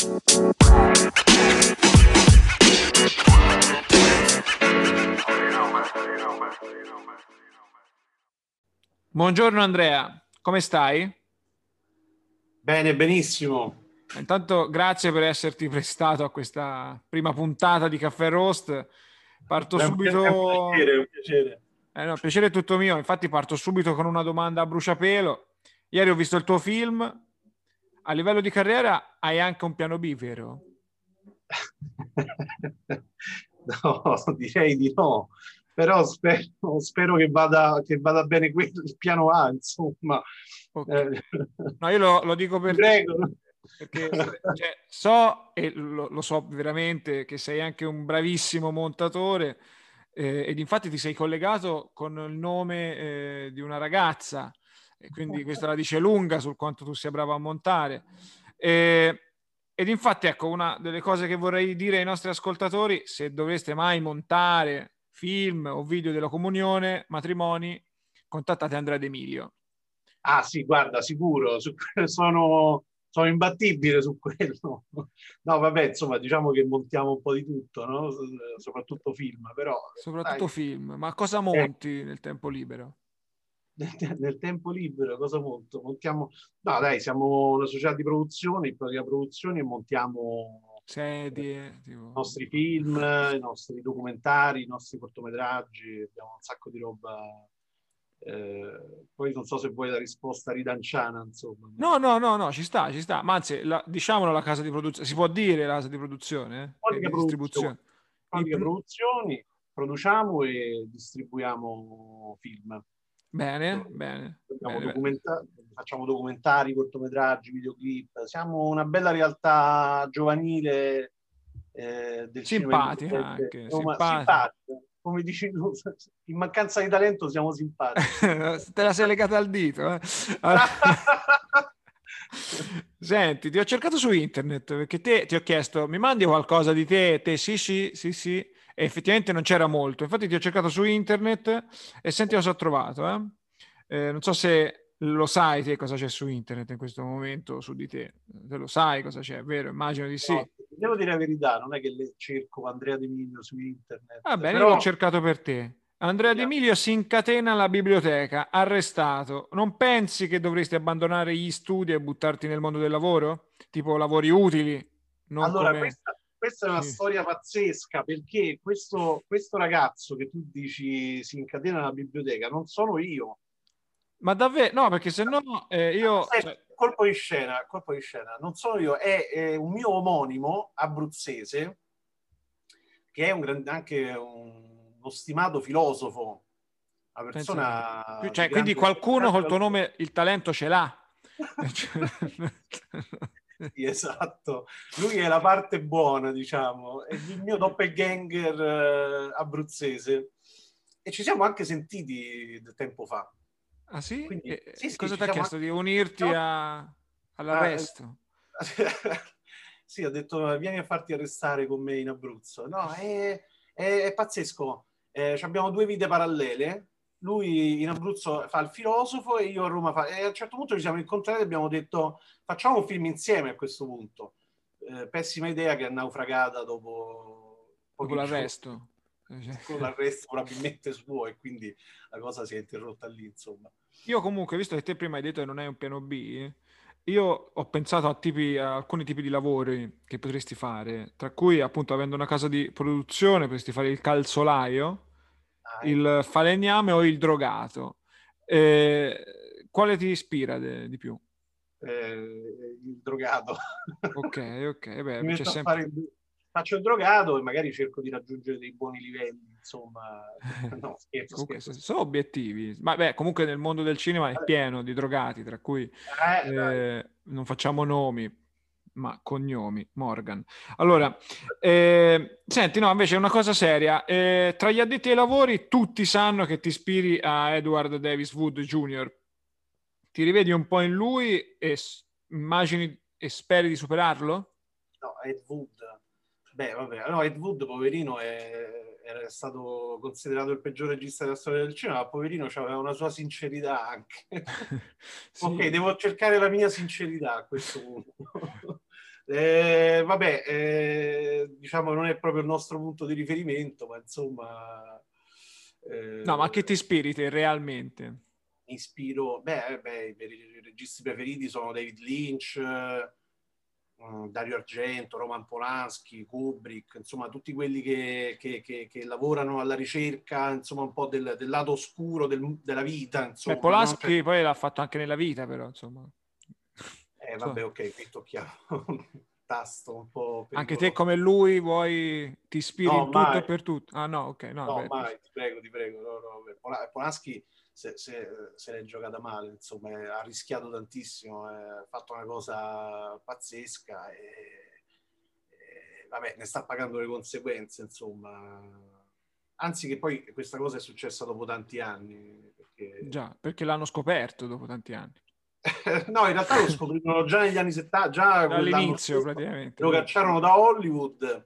Buongiorno Andrea, come stai? Bene, benissimo. Intanto grazie per esserti prestato a questa prima puntata di Caffè Roast. Parto È un piacere, subito. è un piacere. No, il piacere è tutto mio. Infatti parto subito con una domanda a bruciapelo. Ieri ho visto il tuo film. A livello di carriera hai anche un piano B, vero? No, direi di no, però spero che vada bene il piano A, insomma. Ok. Eh, No, io lo dico Ti per te prego. perché cioè, so e lo so veramente che sei anche un bravissimo montatore ed infatti ti sei collegato con il nome di una ragazza e quindi questa la dice lunga sul quanto tu sia bravo a montare. Eh, Ed infatti ecco una delle cose che vorrei dire ai nostri ascoltatori: se dovreste mai montare film o video della comunione, matrimoni, contattate Andrea D'Emilio. Ah sì, guarda, sicuro, sono imbattibile su quello. No, vabbè, insomma, diciamo che montiamo un po' di tutto, no? Soprattutto film, però, Soprattutto dai, film, ma cosa eh, monti nel tempo libero? nel tempo libero, cosa monto? Montiamo, no, dai, siamo una società di produzione, di produzioni e montiamo i Sedie, tipo... nostri film, i nostri documentari, i nostri cortometraggi, abbiamo un sacco di roba. Poi non so se vuoi la risposta ridanciana, insomma. No, no, no, no, ci sta. Ma anzi, diciamolo la casa di produzione, si può dire la casa di produzione e Prodiga di produzioni, distribuzione. prodiga produzioni, produciamo e distribuiamo film. Bene, bene, bene, bene. Facciamo documentari, cortometraggi, videoclip. Siamo una bella realtà giovanile del cinema Simpatica indipendente. anche, simpatica. Simpatica. Come dici tu, in mancanza di talento siamo simpatici. Te la sei legata al dito, eh? Allora- Senti, ti ho cercato su internet perché ti ho chiesto, mi mandi qualcosa di te? Te sì, sì, sì, sì. E effettivamente non c'era molto. Infatti ti ho cercato su internet e senti cosa ho trovato, eh? Non so se lo sai te cosa c'è su internet in questo momento su di te. Te lo sai cosa c'è, vero? Immagino di sì. No, devo dire la verità, non è che le cerco Andrea Di Mino su Va internet, bene, io l'ho però cercato per te. Andrea vediamo. D'Emilio si incatena alla biblioteca, arrestato. Non pensi che dovresti abbandonare gli studi e buttarti nel mondo del lavoro? Tipo lavori utili, non Allora, come... questa è una Sì. storia pazzesca perché questo ragazzo che tu dici si incatena alla biblioteca non sono io. Ma davvero? No, perché se no io... Aspetta, cioè, colpo di scena, non sono io, è un mio omonimo abruzzese che è anche uno stimato filosofo, una pensa te. persona Cioè, quindi di qualcuno grande col tuo valore. nome il talento ce l'ha. Sì, esatto. Lui è la parte buona, diciamo, è il mio doppelganger abruzzese. E ci siamo anche sentiti del tempo fa. Ah sì? Quindi, sì, E sì, cosa ci ti ha siamo chiesto? anche... Di unirti no? Ah, all'arresto? sì, ha detto vieni a farti arrestare con me in Abruzzo. No, è pazzesco. Abbiamo due vite parallele. Lui in Abruzzo fa il filosofo e io a Roma fa... E a un certo punto ci siamo incontrati e abbiamo detto facciamo un film insieme a questo punto. Pessima idea che è naufragata dopo Dopo pochi giorni l'arresto? con l'arresto probabilmente suo e quindi la cosa si è interrotta lì, insomma. Io comunque, visto che te prima hai detto che non hai un piano B, io ho pensato a alcuni tipi di lavori che potresti fare, tra cui appunto avendo una casa di produzione potresti fare il calzolaio, Ah, ecco. il falegname o il drogato. Eh, Quale ti ispira di più? Il drogato. Ok, ok, beh, Mi c'è metto a sempre... fare faccio il drogato e magari cerco di raggiungere dei buoni livelli, insomma. No, scherzo, Comunque scherzo, sono scherzo. obiettivi. Ma beh, comunque nel mondo del cinema è pieno di drogati, tra cui Dai. non facciamo nomi, ma cognomi, Morgan. Allora, senti, no, invece è una cosa seria. Tra gli addetti ai lavori, tutti sanno che ti ispiri a Edward Davis Wood Jr. Ti rivedi un po' in lui e immagini e speri di superarlo? No, Ed Wood. Beh, vabbè, no, Ed Wood, poverino, era stato considerato il peggior regista della storia del cinema, ma poverino aveva una sua sincerità anche. Ok, Sì. devo cercare la mia sincerità a questo punto. Vabbè, diciamo non è proprio il nostro punto di riferimento, ma insomma... No, ma che ti mi ispiri te realmente? ispiro... i miei registi preferiti sono David Lynch, Dario Argento, Roman Polanski, Kubrick, insomma tutti quelli che lavorano alla ricerca, insomma un po' del lato oscuro della vita, Beh, insomma, no? Cioè, Polanski poi l'ha fatto anche nella vita, però, insomma. vabbè, So, ok, qui tocchiamo un tasto un po' anche te pericoloso. come lui ti ispiri No, in tutto e mai, per tutto. Ah no, ok, no, no, beh. mai, ti prego. No, no, beh, Polanski se l'è giocata male, insomma, ha rischiato tantissimo, ha fatto una cosa pazzesca e vabbè, ne sta pagando le conseguenze, insomma. Anzi che poi questa cosa è successa dopo tanti anni, perché Già, perché l'hanno scoperto dopo tanti anni. no, in realtà lo scoprirono già negli anni 70, già quell'anno Dall'inizio stesso praticamente, lo sì. cacciarono da Hollywood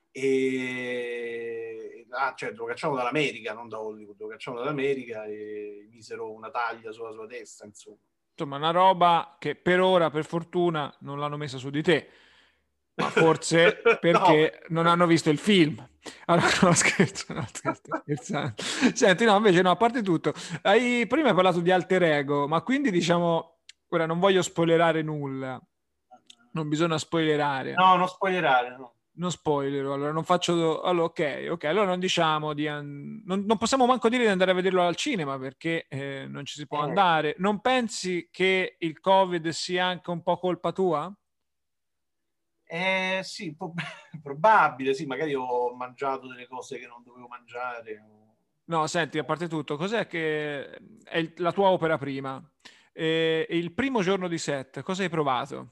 cioè lo cacciarono dall'America, non da Hollywood, lo cacciarono dall'America e misero una taglia sulla sua testa, insomma. Insomma, una roba che per ora, per fortuna, non l'hanno messa su di te, ma forse No, perché non hanno visto il film. Allora, no, scherzo, no, scherzo, scherzando. Senti, no, invece no, a parte tutto, prima hai parlato di alter ego, ma quindi diciamo, ora non voglio spoilerare nulla, non bisogna spoilerare. no, non spoilerare, no. Non spoilerò, allora non faccio. Allora, ok, allora non diciamo non possiamo manco dire di andare a vederlo al cinema perché non ci si può Eh, andare. Non pensi che il Covid sia anche un po' colpa tua? sì, probabile, sì, magari ho mangiato delle cose che non dovevo mangiare. No, senti, a parte tutto, cos'è che è la tua opera prima? Il primo giorno di set, cosa hai provato?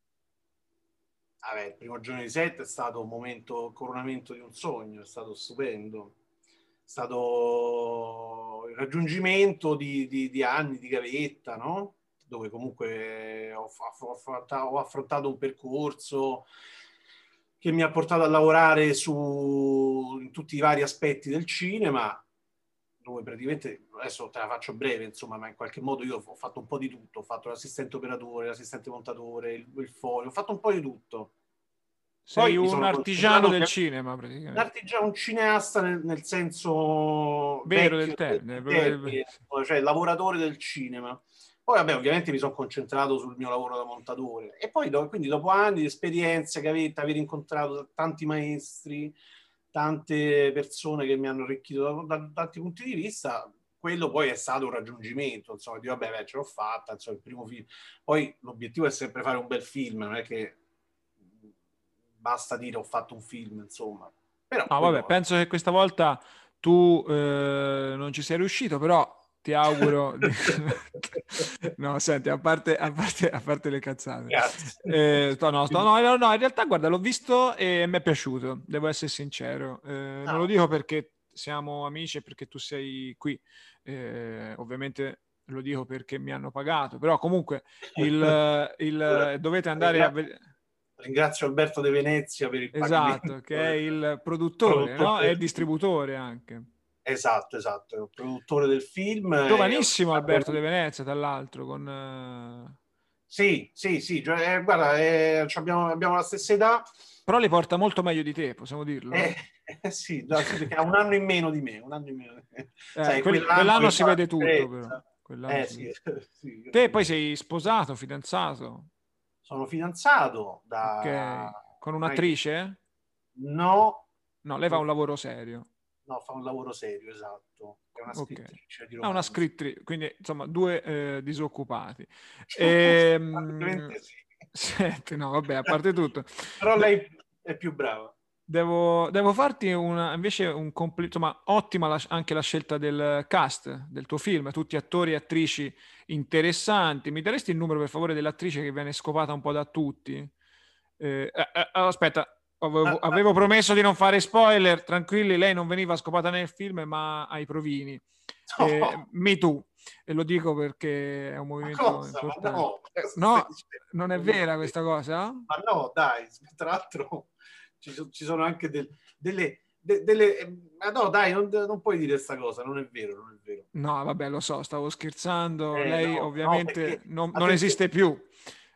Vabbè, il primo giorno di set è stato un momento, coronamento di un sogno, è stato stupendo. È stato il raggiungimento di anni di gavetta, no? Dove comunque ho affrontato un percorso che mi ha portato a lavorare in tutti i vari aspetti del cinema, dove praticamente, adesso te la faccio breve, insomma, ma in qualche modo io ho fatto un po' di tutto, ho fatto l'assistente operatore, l'assistente montatore, il foglio, ho fatto un po' di tutto. Sei Poi mi un sono artigiano concentrato del cinema, praticamente. un cineasta nel senso Vero del vecchio termine. del termine, cioè lavoratore del cinema. Poi, vabbè, ovviamente mi sono concentrato sul mio lavoro da montatore. E poi, quindi, dopo anni di esperienza, aver incontrato tanti maestri, tante persone che mi hanno arricchito da tanti punti di vista, quello poi è stato un raggiungimento. Insomma, di vabbè, ce l'ho fatta. Insomma, il primo film. Poi l'obiettivo è sempre fare un bel film, non è che basta dire ho fatto un film, insomma. Però No, vabbè, quello penso che questa volta tu non ci sei riuscito, però ti auguro di... No, senti, a parte le cazzate. Grazie. No, in realtà, guarda, l'ho visto e mi è piaciuto, devo essere sincero. Non lo Ah, dico perché siamo amici e perché tu sei qui. Ovviamente lo dico perché mi hanno pagato, però comunque allora, dovete andare a ringra- vedere... ringrazio Alberto De Venezia per il Esatto, che pagamento è del il produttore, produttore no? È del il film. distributore anche. Esatto, esatto, è il produttore del film. È un Giovanissimo grande Alberto De amico. Venezia, tra l'altro, con... Sì, sì, sì, guarda, abbiamo la stessa età. però li porta molto meglio di te, possiamo dirlo? Eh, sì, no, sì, perché ha un anno in meno di me, un anno in meno di me. Sai, quell'anno Quell'anno che si fa la vede tutto, però. differenza. Quell'anno si Sì, vede. sì, Te poi sei sposato, fidanzato? sono fidanzato da Ok. Con ormai un'attrice? no, No, lei fa non un lavoro serio. no, fa un lavoro serio, esatto. È una Ok. scrittrice di Ah, una romanzi. scrittrice, quindi insomma due disoccupati. Ehm, Probabilmente sì. Senti, no, vabbè, a parte tutto. Però lei è più brava. Devo farti invece un complimento, ma ottima anche la scelta del cast del tuo film, tutti attori e attrici interessanti. Mi daresti il numero per favore dell'attrice che viene scopata un po' da tutti? Aspetta, avevo promesso di non fare spoiler, tranquilli, lei non veniva scopata nel film, ma ai provini. No, Me Too, e lo dico perché è un ma movimento cosa? Ma importante. no, cosa stai No, dicendo? non è Non è vera vero. questa cosa? Ma no, dai, tra l'altro ci sono anche delle... Ma no, dai, non puoi dire questa cosa, non è vero, non è vero. No, vabbè, lo so, stavo scherzando. Lei No, no, ovviamente perché non attenzione, esiste più.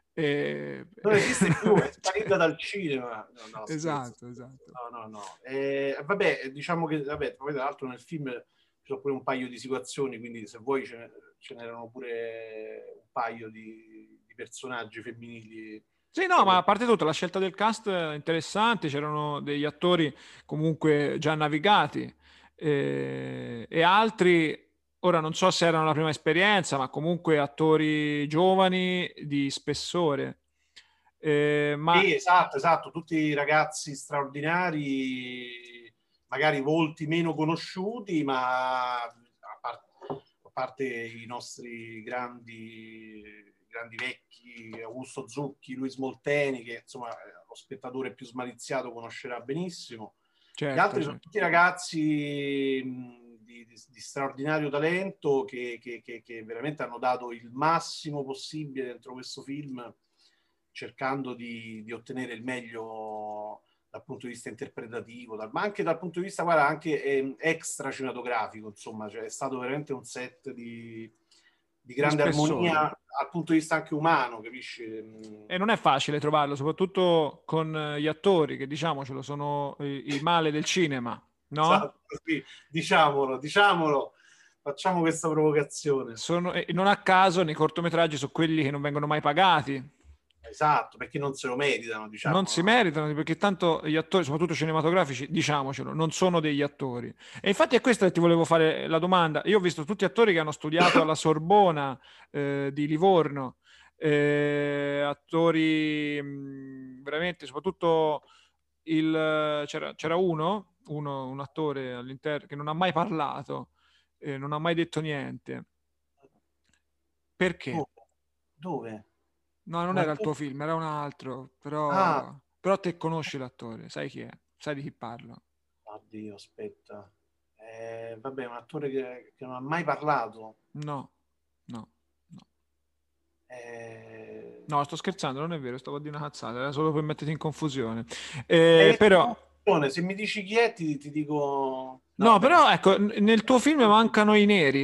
Non esiste più, è sparita dal cinema. No, scherzo. Esatto, esatto. No. Vabbè, diciamo che poi tra l'altro nel film ci sono pure un paio di situazioni, quindi se vuoi ce n'erano pure un paio di personaggi femminili. Sì, no, ma a parte tutto, la scelta del cast è interessante, c'erano degli attori comunque già navigati e altri, ora non so se erano la prima esperienza, ma comunque attori giovani di spessore. Ma Sì, esatto, tutti ragazzi straordinari, magari volti meno conosciuti, ma a parte i nostri grandi vecchi, Augusto Zucchi, Luis Molteni, che insomma lo spettatore più smaliziato conoscerà benissimo. Gli certo, altri sono certo. tutti ragazzi di straordinario talento che veramente hanno dato il massimo possibile dentro questo film, cercando di ottenere il meglio dal punto di vista interpretativo, ma anche dal punto di vista, guarda, anche extra cinematografico, insomma, cioè, è stato veramente un set di Di grande spessore. armonia dal punto di vista anche umano, capisci? E non è facile trovarlo, soprattutto con gli attori, che diciamocelo, sono il male del cinema, no? Esatto, sì, diciamolo, facciamo questa provocazione. E non a caso nei cortometraggi sono quelli che non vengono mai pagati. Esatto, perché non se lo meritano, Non diciamo, si no? meritano perché tanto gli attori, soprattutto cinematografici, diciamocelo, non sono degli attori. E infatti è questa che ti volevo fare la domanda. Io ho visto tutti attori che hanno studiato alla Sorbona di Livorno, attori veramente, soprattutto c'era un attore all'interno che non ha mai parlato, non ha mai detto niente. Perché? Dove? Dove? No, non Un era il tuo attore? film, era un altro, Ah, però te conosci l'attore, sai chi è, sai di chi parlo. oddio, aspetta. Vabbè, un attore che non ha mai parlato. No, no, no. Eh, No, sto scherzando, non è vero, stavo a dire una cazzata, era solo per metterti in confusione. hai messo in Però, confusione. Se mi dici chi è, ti dico... No, no, vabbè, però ecco, nel tuo film mancano i neri.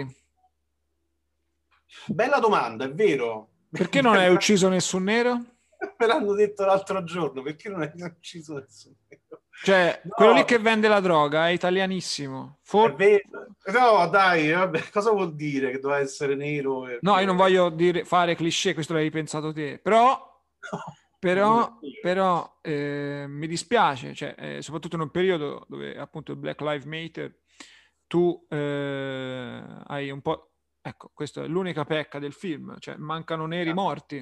bella domanda, è vero. Perché non hai ucciso nessun nero? Me l'hanno detto l'altro giorno, perché non hai ucciso nessuno? Cioè, quello lì che No, vende la droga è italianissimo. è vero. No, dai, vabbè, cosa vuol dire che doveva essere nero? No, io non Perché... voglio fare cliché, questo l'hai pensato te, No, non è vero. mi dispiace, cioè, soprattutto in un periodo dove appunto il Black Lives Matter, tu hai un po'... Ecco, questa è l'unica pecca del film, cioè mancano neri morti.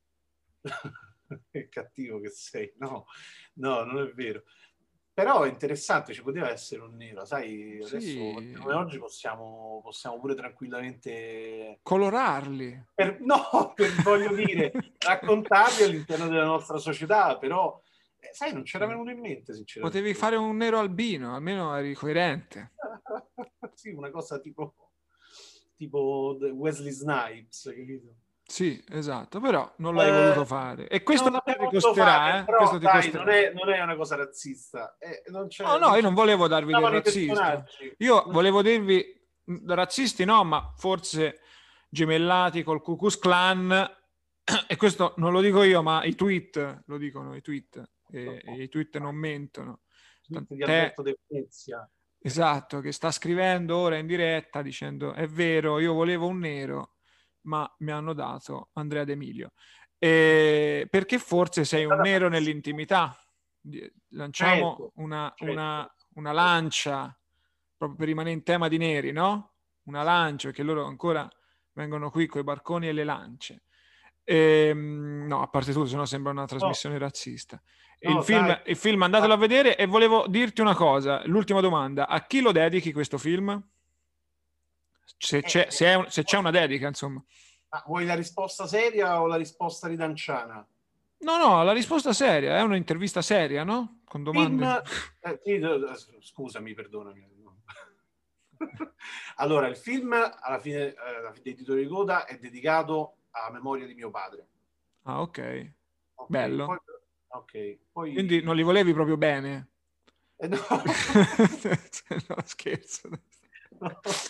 Che cattivo che sei. No, non è vero. Però è interessante, ci poteva essere un nero, sai, adesso come Sì, oggi possiamo pure tranquillamente, colorarli. no, voglio dire, raccontarli all'interno della nostra società, però, sai, non c'era Sì. venuto in mente, Potevi sinceramente. fare un nero albino, almeno eri coerente. Sì, una cosa tipo Wesley Snipes, capito? Sì, esatto, però non l'hai voluto fare. E questo Non ti abbiamo voluto fare, costerà, eh? Questo però ti dai, non costerà. è, non è una cosa razzista. No, no, Non io non volevo darvi del stavano i razzismo. personaggi. Io Non volevo dirvi razzisti, no, ma forse gemellati col Ku Klux Klan. E questo non lo dico io, ma i tweet lo dicono, i tweet. E i tweet non mentono. tweet di Tant'è, Alberto De Venezia. esatto, che sta scrivendo ora in diretta dicendo è vero, io volevo un nero, ma mi hanno dato Andrea D'Emilio. Perché forse È sei un stata nero bellissima. nell'intimità. Lanciamo Certo, certo. una lancia proprio per rimanere in tema di neri, no? Una lancia, perché loro ancora vengono qui con i barconi e le lance. No, a parte tutto, sennò sembra una No, trasmissione razzista. no, dai. Il film andatelo a vedere e volevo dirti una cosa, l'ultima domanda, a chi lo dedichi questo film? Eh, Se c'è una dedica, insomma. ma vuoi la risposta seria o la risposta ridanciana? No, no, la risposta seria, è un'intervista seria, no? Con Film, domande. sì, scusami, perdonami. Allora, il film, alla fine, dei titoli di coda, è dedicato alla memoria di mio padre. Ah, ok. Ok, poi, Bello. ok, Quindi non poi li volevi proprio bene? no. No, scherzo. No.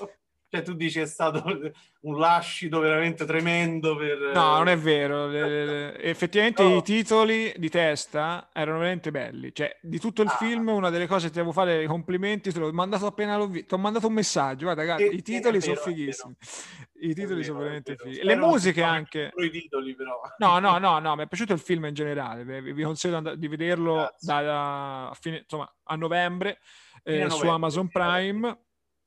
Cioè, tu dici è stato un lascito veramente tremendo per... No, non è vero. Effettivamente i No. titoli di testa erano veramente belli. Cioè, di tutto il Ah, film, una delle cose che ti devo fare i complimenti, te l'ho mandato appena l'ho visto. Ti ho mandato un messaggio. Guarda, sì, i sì, è titoli sono vero, è vero, fighissimi. I è titoli sono vero, è veramente vero. fighi. Le Spero non si musiche trovino anche. i titoli, però. No, no, no, no, mi è piaciuto il film in generale. Vi consiglio di vederlo Grazie. a fine, insomma, a novembre Fine su novembre, Amazon sì, vabbè. Prime.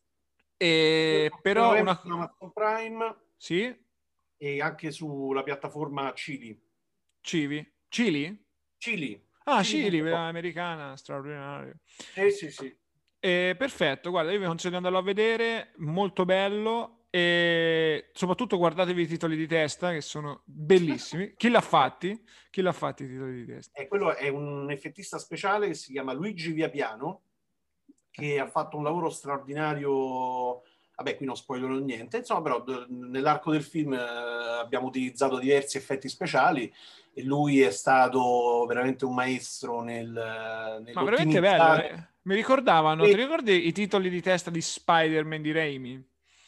Fine Però novembre una... su Amazon Prime Sì? e anche sulla piattaforma Cili. Civi? Cili? Cili, Ah, Cili, Cili.com. quella americana, straordinario. Sì, sì, sì. Perfetto, guarda, io vi consiglio di andarlo a vedere, molto bello e soprattutto guardatevi i titoli di testa che sono bellissimi. Chi l'ha fatti? Chi l'ha fatti i titoli di testa? E quello è un effettista speciale che si chiama Luigi Viapiano, che ha fatto un lavoro straordinario. Vabbè, qui non spoilerò niente, insomma, però nell'arco del film abbiamo utilizzato diversi effetti speciali e lui è stato veramente un maestro Ma veramente bello, nell'ottimizzare. mi ricordavano, ti E ricordi i titoli di testa di Spider-Man di Raimi?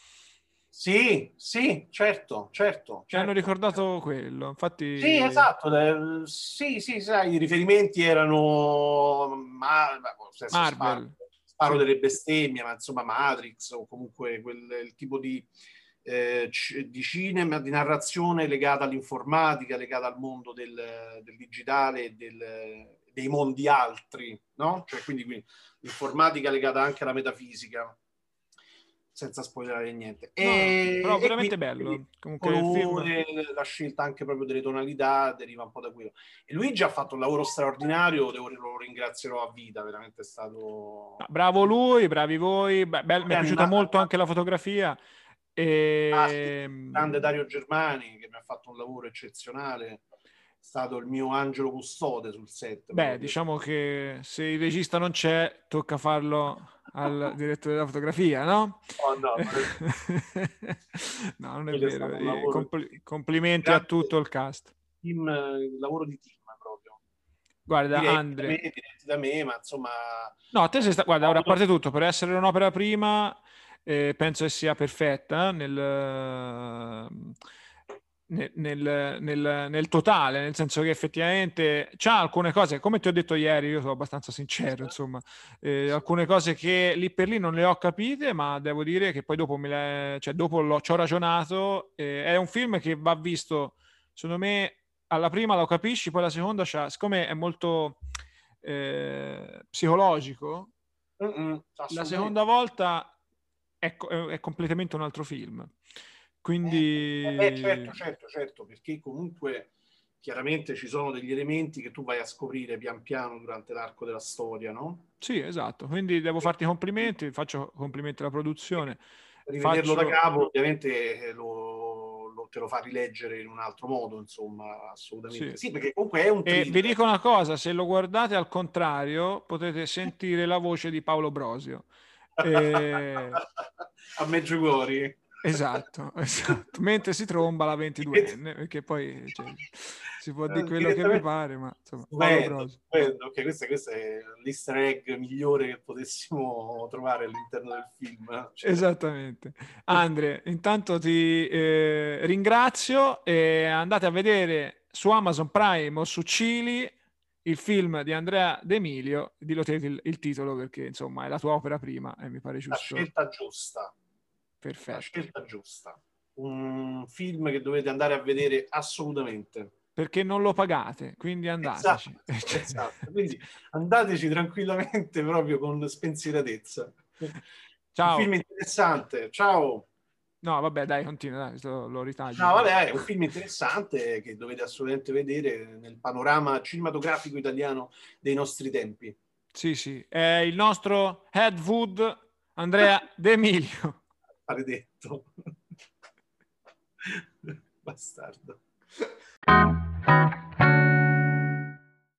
sì, sì, certo, certo, Mi hanno certo. ricordato quello, Sì, infatti esatto. Sì, sì, sai, i riferimenti erano lo stesso sparo, Marvel, sparo sì. delle bestemmie, ma insomma Matrix o comunque il tipo di cinema, di narrazione legata all'informatica, legata al mondo del digitale e dei mondi altri, no? Cioè, quindi l'informatica legata anche alla metafisica, senza spoilerare niente. No, no, però E quindi veramente bello. il Comunque il film... colore, la scelta anche proprio delle tonalità deriva un po' da quello. E Luigi ha fatto un lavoro straordinario, lo ringrazierò a vita, veramente è No, stato... bravo lui, bravi voi. Mi è piaciuta molto anche la fotografia. Sì, E... grande Dario Germani che mi ha fatto un lavoro eccezionale, è stato il mio angelo custode sul set Beh, proprio. diciamo che se il regista non c'è, tocca farlo al direttore della fotografia, no? Oh, no, non è No, non è quello è vero. stato un lavoro Complimenti a grande tutto il cast. team, lavoro di team proprio. Guarda, Andre, Diretti da me, ma insomma no, te ho sei avuto guarda, ora a modo. parte tutto, per essere un'opera prima, penso che sia perfetta nel totale, nel senso che effettivamente c'ha alcune cose, come ti ho detto ieri, io sono abbastanza sincero, insomma, Sì. alcune cose che lì per lì non le ho capite, ma devo dire che poi dopo, cioè, dopo ci ho ragionato, è un film che va visto, secondo me, alla prima lo capisci, poi la seconda, siccome è molto psicologico, la seconda Assolutamente. volta è completamente un altro film. Quindi Certo, certo, certo, perché comunque chiaramente ci sono degli elementi che tu vai a scoprire pian piano durante l'arco della storia, no? sì, esatto. Quindi devo farti i complimenti, faccio complimenti alla produzione. Rivederlo da Faccio... capo ovviamente te lo fa rileggere in un altro modo, insomma, Sì. assolutamente. Sì, perché comunque è un E vi thriller. dico una cosa, se lo guardate al contrario, potete sentire la voce di Paolo Brosio. Eh, A Meggiugori. Esatto, esatto. Mentre si tromba la 22enne, perché poi cioè, si può dire quello che mi Direttamente pare, ma insomma, Paolo stupendo, Brosi. stupendo. Ok, questo è l'easter egg migliore che potessimo trovare all'interno del film. Cioè, Esattamente. Andre, intanto ti ringrazio e andate a vedere su Amazon Prime o su Cili il film di Andrea D'Emilio, dillo te il titolo perché insomma è la tua opera prima e mi pare la giusto. scelta giusta, la Perfetto. scelta giusta. Un film che dovete andare a vedere assolutamente. Perché non lo pagate, quindi Esatto, andateci. esatto. Quindi andateci tranquillamente proprio con spensieratezza. Un film Ciao. interessante. Ciao. No, vabbè, dai, continua, dai, lo ritaglio No, poi. vabbè, è un film interessante che dovete assolutamente vedere nel panorama cinematografico italiano dei nostri tempi. Sì, sì, è il nostro head food Andrea De Emilio. Maledetto. Bastardo.